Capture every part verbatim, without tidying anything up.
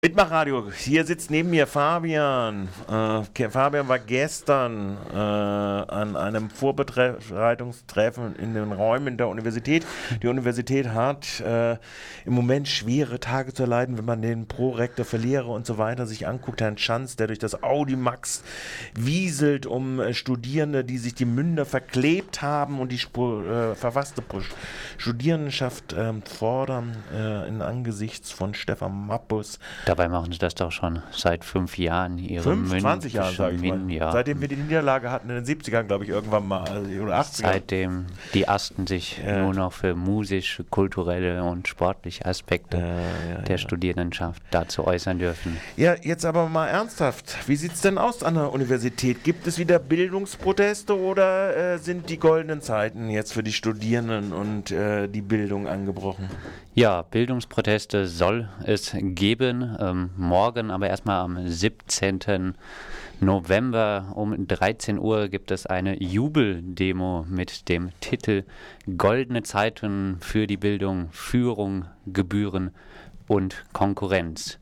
Mitmachradio, hier sitzt neben mir Fabian. Äh, Fabian war gestern äh, an einem Vorbereitungstreffen in den Räumen der Universität. Die Universität hat äh, im Moment schwere Tage zu erleiden, wenn man den Prorektor, Verlehrer und so weiter sich anguckt. Herrn Schanz, der durch das Audimax wieselt um äh, Studierende, die sich die Münder verklebt haben und die Spur, äh, verfasste Studierendenschaft äh, fordern äh, in Angesichts von Stefan Mappus. Dabei machen sie das doch schon seit fünf Jahren. Ihre Fünf, zwanzig Jahren, sage ich mal. Ja. Seitdem wir die Niederlage hatten in den siebzigern, glaube ich, irgendwann mal, oder achtzigern. Seitdem die Asten sich ja. nur noch für musische, kulturelle und sportliche Aspekte ja, ja, der ja. Studierendenschaft dazu äußern dürfen. Ja, jetzt aber mal ernsthaft. Wie sieht es denn aus an der Universität? Gibt es wieder Bildungsproteste oder äh, sind die goldenen Zeiten jetzt für die Studierenden und äh, die Bildung angebrochen? Ja, Bildungsproteste soll es geben. Ähm, morgen, aber erstmal am siebzehnten November um dreizehn Uhr gibt es eine Jubeldemo mit dem Titel Goldene Zeiten für die Bildung, Führung, Gebühren und Konkurrenz.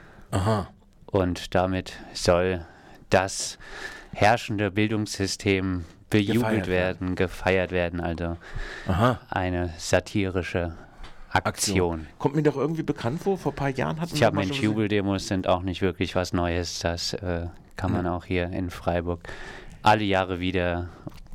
Aha. Und damit soll das herrschende Bildungssystem bejubelt gefeiert werden, gefeiert werden. Also Aha. eine satirische Aktion. Aktion. Kommt mir doch irgendwie bekannt vor, vor ein paar Jahren hatten wir Tja, Mensch, Jubeldemos sind auch nicht wirklich was Neues. Das äh, kann man ja. auch hier in Freiburg alle Jahre wieder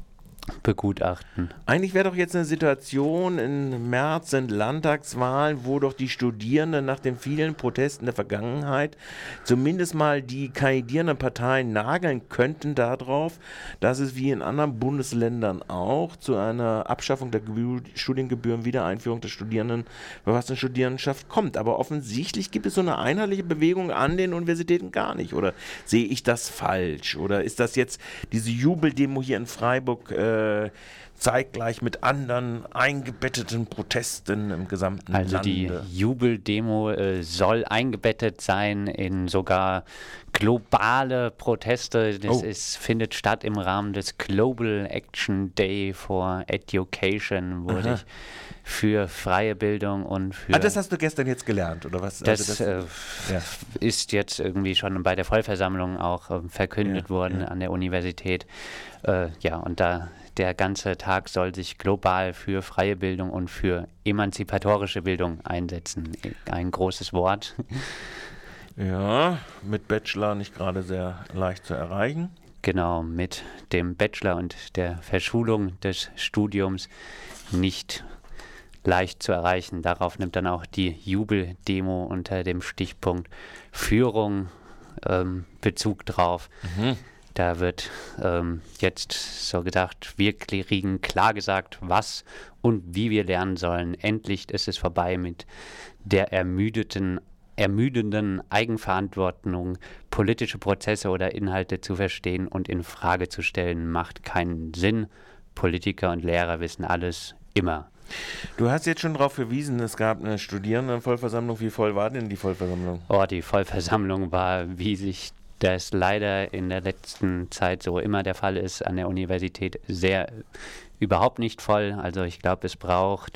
begutachten. Eigentlich wäre doch jetzt eine Situation, im März sind Landtagswahlen, wo doch die Studierenden nach den vielen Protesten der Vergangenheit zumindest mal die kandidierenden Parteien nageln könnten darauf, dass es wie in anderen Bundesländern auch zu einer Abschaffung der Gebü- Studiengebühren, Wiedereinführung der Studierenden, was eine Studierendenschaft kommt. Aber offensichtlich gibt es so eine einheitliche Bewegung an den Universitäten gar nicht. Oder sehe ich das falsch? Oder ist das jetzt diese Jubeldemo hier in Freiburg äh, zeitgleich mit anderen eingebetteten Protesten im gesamten also Lande? Also die Jubeldemo äh, soll eingebettet sein in sogar globale Proteste. Das oh. ist, findet statt im Rahmen des Global Action Day for Education, wurde Aha. ich für freie Bildung und für... Ah, das hast du gestern jetzt gelernt, oder was? Das, also das äh, ja. ist jetzt irgendwie schon bei der Vollversammlung auch äh, verkündet ja, worden ja. an der Universität. Äh, ja, und da der ganze Tag soll sich global für freie Bildung und für emanzipatorische Bildung einsetzen. Ein großes Wort. Ja, mit Bachelor nicht gerade sehr leicht zu erreichen. Genau, mit dem Bachelor und der Verschulung des Studiums nicht leicht zu erreichen. Darauf nimmt dann auch die Jubeldemo unter dem Stichpunkt Führung ähm, Bezug drauf. Mhm. Da wird ähm, jetzt so gedacht, wir kriegen klar gesagt, was und wie wir lernen sollen. Endlich ist es vorbei mit der ermüdeten, ermüdenden Eigenverantwortung. Politische Prozesse oder Inhalte zu verstehen und in Frage zu stellen, macht keinen Sinn. Politiker und Lehrer wissen alles immer. Du hast jetzt schon darauf verwiesen, es gab eine Studierendenvollversammlung. Wie voll war denn die Vollversammlung? Oh, die Vollversammlung war, wie sich das leider in der letzten Zeit so immer der Fall ist, an der Universität sehr überhaupt nicht voll. Also ich glaube, es braucht,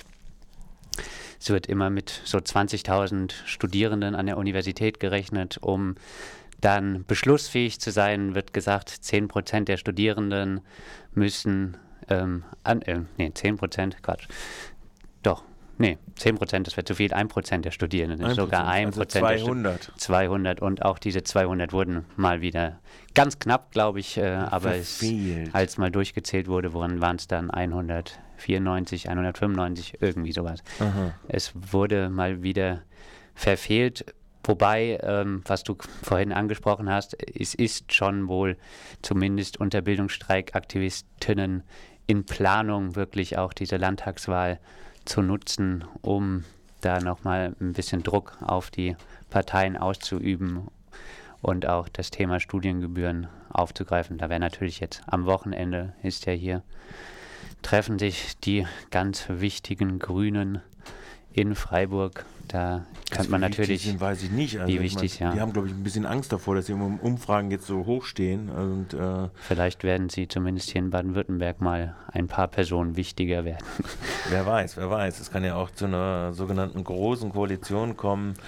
es wird immer mit so zwanzigtausend Studierenden an der Universität gerechnet, um dann beschlussfähig zu sein, wird gesagt, zehn Prozent der Studierenden müssen, ähm, an, äh, nee, zehn Prozent, Quatsch, doch, nee, zehn Prozent, das wäre zu viel, ein Prozent der Studierenden, ist sogar ein Prozent. Also zweihundert. zweihundert und auch diese zweihundert wurden mal wieder ganz knapp, glaube ich, äh, aber es, als mal durchgezählt wurde, woran waren es dann hundertvierundneunzig, hundertfünfundneunzig, irgendwie sowas. Aha. Es wurde mal wieder verfehlt, wobei, ähm, was du vorhin angesprochen hast, es ist schon wohl zumindest unter Bildungsstreikaktivistinnen in Planung, wirklich auch diese Landtagswahl zu nutzen, um da nochmal ein bisschen Druck auf die Parteien auszuüben und auch das Thema Studiengebühren aufzugreifen. Da wäre natürlich jetzt am Wochenende, ist ja hier, treffen sich die ganz wichtigen Grünen in Freiburg. Da könnte man natürlich... Sind, weiß ich nicht. Also wie wichtig, meine, ja. Die haben, glaube ich, ein bisschen Angst davor, dass die Umfragen jetzt so hoch stehen. Und, äh Vielleicht werden sie zumindest hier in Baden-Württemberg mal ein paar Personen wichtiger werden. Wer weiß, wer weiß. Es kann ja auch zu einer sogenannten großen Koalition kommen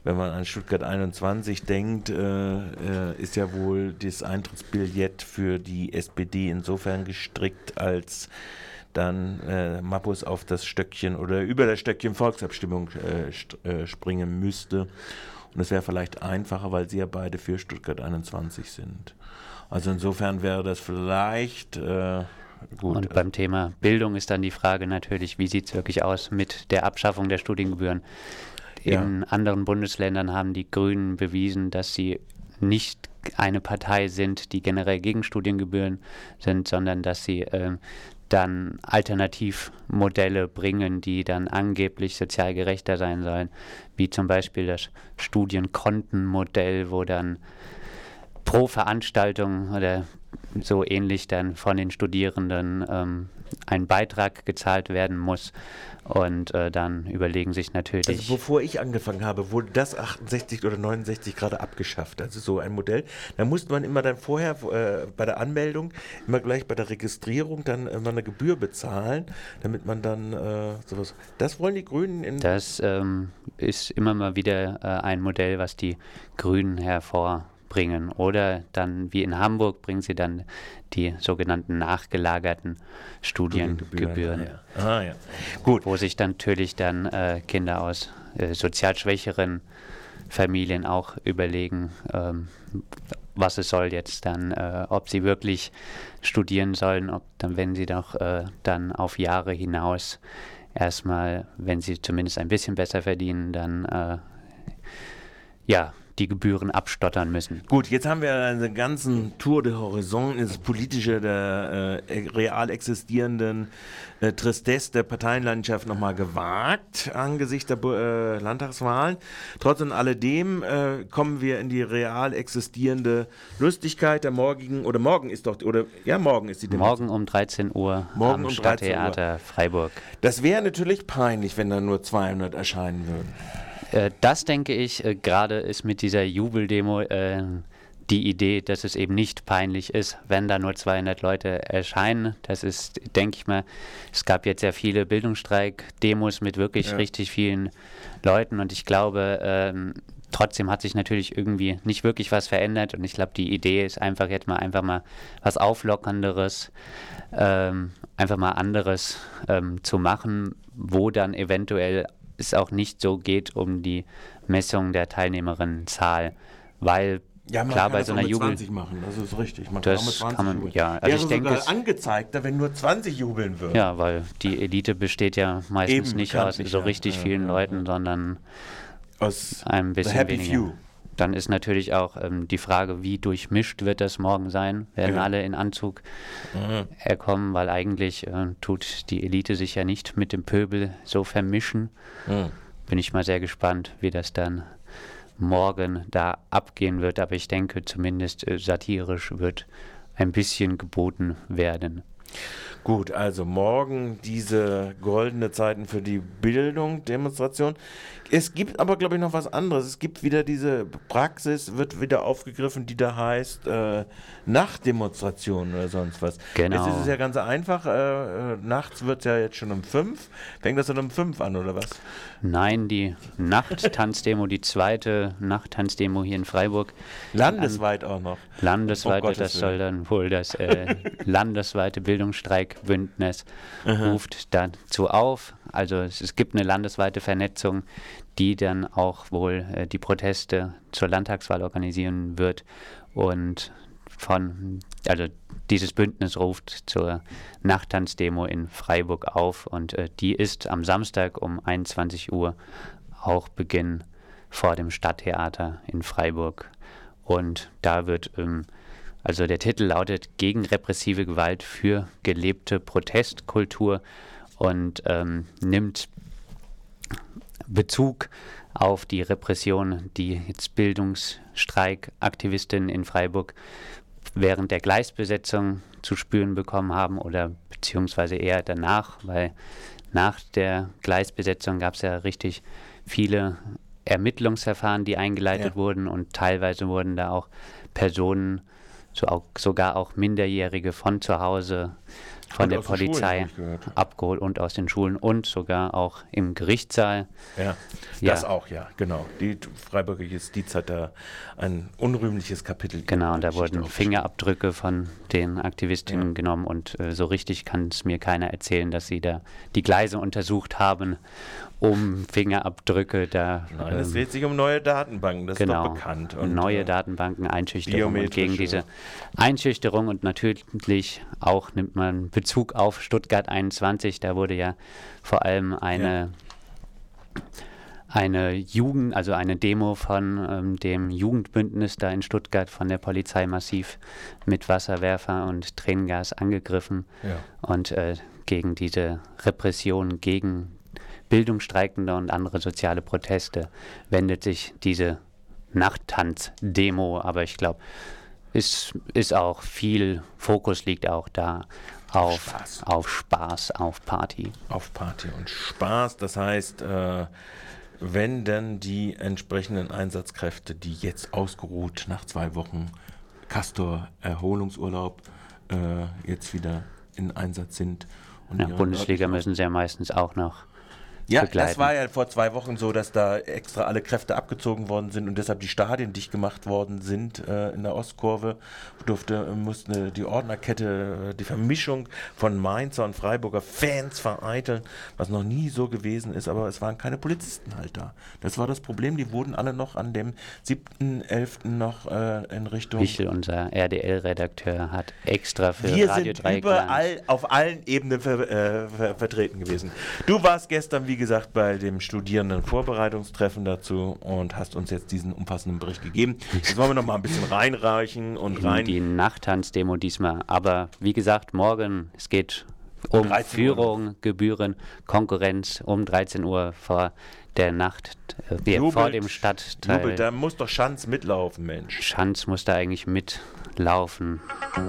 wenn man an Stuttgart einundzwanzig denkt, äh, äh, ist ja wohl das Eintrittsbillett für die S P D insofern gestrickt, als dann äh, Mappus auf das Stöckchen oder über das Stöckchen Volksabstimmung äh, st- äh, springen müsste. Und es wäre vielleicht einfacher, weil sie ja beide für Stuttgart einundzwanzig sind. Also insofern wäre das vielleicht äh, gut. Und beim Thema Bildung ist dann die Frage natürlich, wie sieht es wirklich aus mit der Abschaffung der Studiengebühren? In ja. anderen Bundesländern haben die Grünen bewiesen, dass sie nicht eine Partei sind, die generell gegen Studiengebühren sind, sondern dass sie äh, dann Alternativmodelle bringen, die dann angeblich sozial gerechter sein sollen, wie zum Beispiel das Studienkontenmodell, wo dann pro Veranstaltung oder so ähnlich dann von den Studierenden ähm, ein Beitrag gezahlt werden muss. Und äh, dann überlegen sich natürlich... Also bevor ich angefangen habe, wurde das achtundsechzig oder neunundsechzig gerade abgeschafft. Also so ein Modell. Da musste man immer dann vorher äh, bei der Anmeldung, immer gleich bei der Registrierung dann immer eine Gebühr bezahlen, damit man dann äh, sowas... Das wollen die Grünen in... Das ähm, ist immer mal wieder äh, ein Modell, was die Grünen hervorbringen. Oder dann, wie in Hamburg, bringen sie dann die sogenannten nachgelagerten Studiengebühren. Ah, ja. Ah, ja. Gut. Wo sich dann natürlich dann äh, Kinder aus äh, sozial schwächeren Familien auch überlegen, ähm, was es soll jetzt dann, äh, ob sie wirklich studieren sollen, ob dann, wenn sie doch äh, dann auf Jahre hinaus erstmal, wenn sie zumindest ein bisschen besser verdienen, dann äh, ja, die Gebühren abstottern müssen. Gut, jetzt haben wir einen ganzen Tour de Horizon ins Politische der äh, real existierenden äh, Tristesse der Parteienlandschaft nochmal gewagt angesichts der äh, Landtagswahlen. Trotz und alledem äh, kommen wir in die real existierende Lustigkeit der morgigen, oder morgen ist doch, oder ja, morgen ist die Demonstration. Morgen um dreizehn Uhr morgen am um Stadttheater Freiburg. Das wäre natürlich peinlich, wenn da nur zweihundert erscheinen würden. Das denke ich, äh, gerade ist mit dieser Jubeldemo äh, die Idee, dass es eben nicht peinlich ist, wenn da nur zweihundert Leute erscheinen. Das ist, denke ich mal, es gab jetzt sehr viele Bildungsstreik-Demos mit wirklich ja. richtig vielen Leuten und ich glaube, ähm, trotzdem hat sich natürlich irgendwie nicht wirklich was verändert und ich glaube, die Idee ist einfach jetzt mal einfach mal was Auflockernderes, ähm, einfach mal anderes ähm, zu machen, wo dann eventuell es auch nicht so geht um die Messung der Teilnehmerinnenzahl, weil ja, man klar kann bei das so einer auch mit Jubel zwanzig machen, das ist richtig. Man das kann, auch mit zwanzig kann man, jubeln. ja, also wäre ich denke sogar es angezeigter, wenn nur zwanzig jubeln würden. Ja, weil die Elite besteht ja meistens Eben, nicht aus so ja. richtig ja, vielen ja, Leuten, ja. sondern aus ein bisschen happy weniger. Few. Dann ist natürlich auch ähm, die Frage, wie durchmischt wird das morgen sein? Werden ja. alle in Anzug mhm. herkommen? Weil eigentlich äh, tut die Elite sich ja nicht mit dem Pöbel so vermischen. Mhm. Bin ich mal sehr gespannt, wie das dann morgen da abgehen wird. Aber ich denke, zumindest äh, satirisch wird ein bisschen geboten werden. Gut, also morgen diese goldene Zeiten für die Bildung, Demonstration. Es gibt aber, glaube ich, noch was anderes. Es gibt wieder diese Praxis, wird wieder aufgegriffen, die da heißt äh, Nachtdemonstration oder sonst was. Genau. Jetzt ist es ja ganz einfach. Äh, nachts wird es ja jetzt schon um fünf. Fängt das dann um fünf an, oder was? Nein, die Nachttanzdemo, die zweite Nachttanzdemo hier in Freiburg. Landesweit an, auch noch. Landesweit, oh, das soll dann wohl das äh, landesweite Bildungsstreikbündnis ruft dazu auf. Also es, es gibt eine landesweite Vernetzung, die dann auch wohl äh, die Proteste zur Landtagswahl organisieren wird. Und von, also dieses Bündnis ruft zur Nachttanzdemo in Freiburg auf und äh, die ist am Samstag um einundzwanzig Uhr auch Beginn vor dem Stadttheater in Freiburg. Und da wird, ähm, also der Titel lautet Gegen repressive Gewalt für gelebte Protestkultur und ähm, nimmt Bezug auf die Repression, die jetzt Bildungsstreikaktivistinnen in Freiburg während der Gleisbesetzung zu spüren bekommen haben oder beziehungsweise eher danach, weil nach der Gleisbesetzung gab es ja richtig viele Ermittlungsverfahren, die eingeleitet ja. wurden und teilweise wurden da auch Personen, so auch, sogar auch Minderjährige von zu Hause von der Polizei abgeholt und aus den Schulen und sogar auch im Gerichtssaal. Ja, ja. das auch, ja, genau. Die Freiburger Justiz hat da ein unrühmliches Kapitel. Genau, und da wurden Fingerabdrücke von den Aktivistinnen ja. genommen und äh, so richtig kann es mir keiner erzählen, dass sie da die Gleise untersucht haben, um Fingerabdrücke da... Nein, es ähm, dreht sich um neue Datenbanken, das genau, ist doch bekannt. Und neue äh, Datenbanken, Einschüchterung und gegen diese Einschüchterung und natürlich auch nimmt man Bezug auf Stuttgart einundzwanzig, da wurde ja vor allem eine... Ja. eine Jugend, also eine Demo von ähm, dem Jugendbündnis da in Stuttgart von der Polizei massiv mit Wasserwerfer und Tränengas angegriffen ja. und äh, gegen diese Repression gegen Bildungsstreikende und andere soziale Proteste wendet sich diese Nachttanz-Demo, aber ich glaube, ist, ist auch viel Fokus liegt auch da auf Spaß, auf, Spaß, auf Party. Auf Party und Spaß, das heißt, äh, wenn dann die entsprechenden Einsatzkräfte, die jetzt ausgeruht nach zwei Wochen Castor Erholungsurlaub äh, jetzt wieder in Einsatz sind. Und ja, Bundesliga müssen sie ja meistens auch noch Ja, begleiten. Das war ja vor zwei Wochen so, dass da extra alle Kräfte abgezogen worden sind und deshalb die Stadien dicht gemacht worden sind äh, in der Ostkurve. Durfte, musste die Ordnerkette, die Vermischung von Mainzer und Freiburger Fans vereiteln, was noch nie so gewesen ist, aber es waren keine Polizisten halt da. Das war das Problem, die wurden alle noch an dem siebten elften noch äh, in Richtung... Michel, unser R D L-Redakteur, hat extra für Wir Radio sind Dreieckland überall auf allen Ebenen ver, äh, ver, vertreten gewesen. Du warst gestern, wie gesagt, bei dem Studierenden-Vorbereitungstreffen dazu und hast uns jetzt diesen umfassenden Bericht gegeben. Jetzt wollen wir noch mal ein bisschen reinreichen und rein... Die Nachttanzdemo diesmal, aber wie gesagt, morgen, es geht um Führung, Gebühren, Konkurrenz um dreizehn Uhr vor der Nacht, äh, jubelt, vor dem Stadtteil. Jubelt, da muss doch Schanz mitlaufen, Mensch. Schanz muss da eigentlich mitlaufen.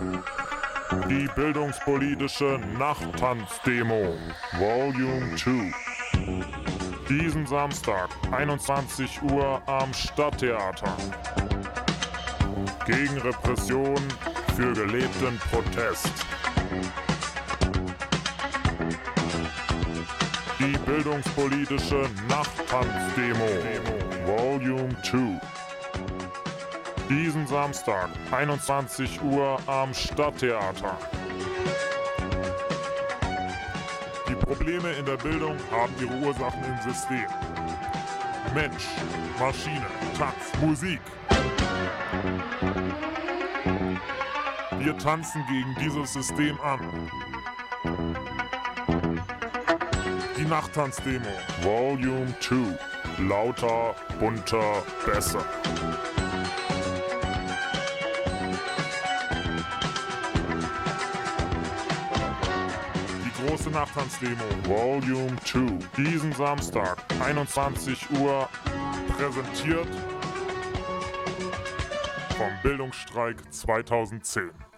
Die bildungspolitische Nachttanzdemo, Volume zwei. Diesen Samstag, einundzwanzig Uhr am Stadttheater. Gegen Repression, für gelebten Protest. Die bildungspolitische Nachttanzdemo, Volume zwei. Diesen Samstag, einundzwanzig Uhr am Stadttheater. Die Probleme in der Bildung haben ihre Ursachen im System. Mensch, Maschine, Tanz, Musik. Wir tanzen gegen dieses System an. Die Nachttanzdemo, Volume zwei. Lauter, bunter, besser. Die große Nachttanzdemo, Volume zwei. Diesen Samstag, einundzwanzig Uhr, präsentiert vom Bildungsstreik zweitausendzehn.